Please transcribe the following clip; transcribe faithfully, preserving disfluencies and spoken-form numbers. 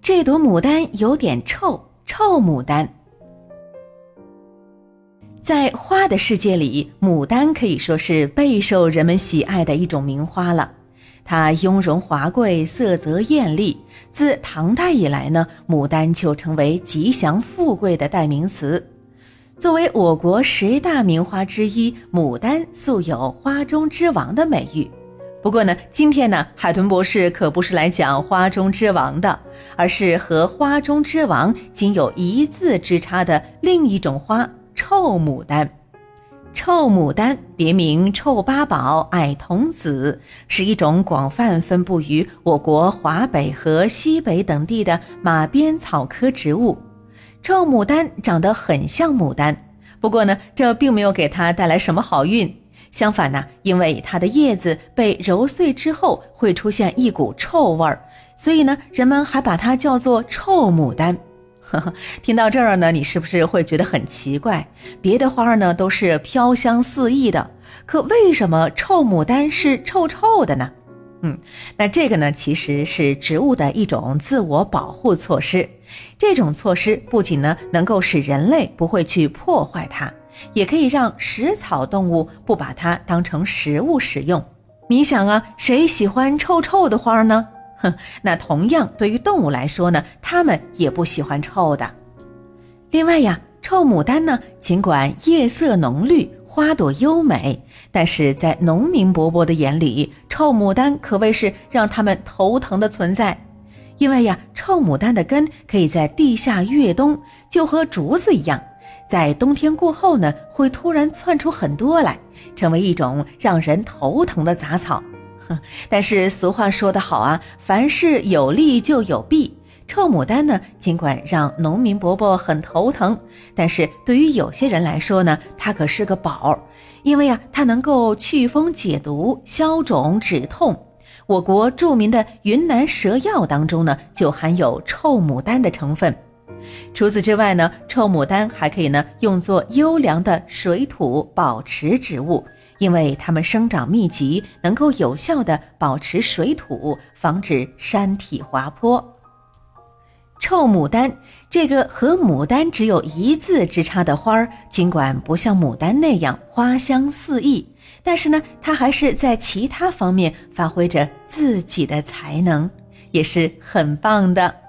这朵牡丹有点臭，臭牡丹。在花的世界里，牡丹可以说是备受人们喜爱的一种名花了。它雍容华贵，色泽艳丽，自唐代以来呢，牡丹就成为吉祥富贵的代名词。作为我国十大名花之一，牡丹素有花中之王的美誉。不过呢，今天呢，海豚博士可不是来讲花中之王的，而是和花中之王仅有一字之差的另一种花——臭牡丹。臭牡丹别名臭八宝、矮童子，是一种广泛分布于我国华北和西北等地的马鞭草科植物。臭牡丹长得很像牡丹，不过呢，这并没有给它带来什么好运。相反呢，因为它的叶子被揉碎之后会出现一股臭味儿，所以呢，人们还把它叫做臭牡丹。呵呵，听到这儿呢，你是不是会觉得很奇怪？别的花呢都是飘香四溢的，可为什么臭牡丹是臭臭的呢？嗯，那这个呢，其实是植物的一种自我保护措施。这种措施不仅呢能够使人类不会去破坏它，也可以让食草动物不把它当成食物使用。你想啊，谁喜欢臭臭的花呢？哼，那同样对于动物来说呢，它们也不喜欢臭的。另外呀，臭牡丹呢，尽管叶色浓绿，花朵优美，但是在农民伯伯的眼里，臭牡丹可谓是让他们头疼的存在。因为呀，臭牡丹的根可以在地下越冬，就和竹子一样，在冬天过后呢，会突然窜出很多来，成为一种让人头疼的杂草。但是俗话说得好啊，凡事有利就有弊。臭牡丹呢，尽管让农民伯伯很头疼，但是对于有些人来说呢，它可是个宝，因为啊，它能够祛风解毒、消肿止痛。我国著名的云南蛇药当中呢，就含有臭牡丹的成分。除此之外呢，臭牡丹还可以呢用作优良的水土保持植物，因为它们生长密集，能够有效地保持水土，防止山体滑坡。臭牡丹这个和牡丹只有一字之差的花儿，尽管不像牡丹那样花香四溢，但是呢，它还是在其他方面发挥着自己的才能，也是很棒的。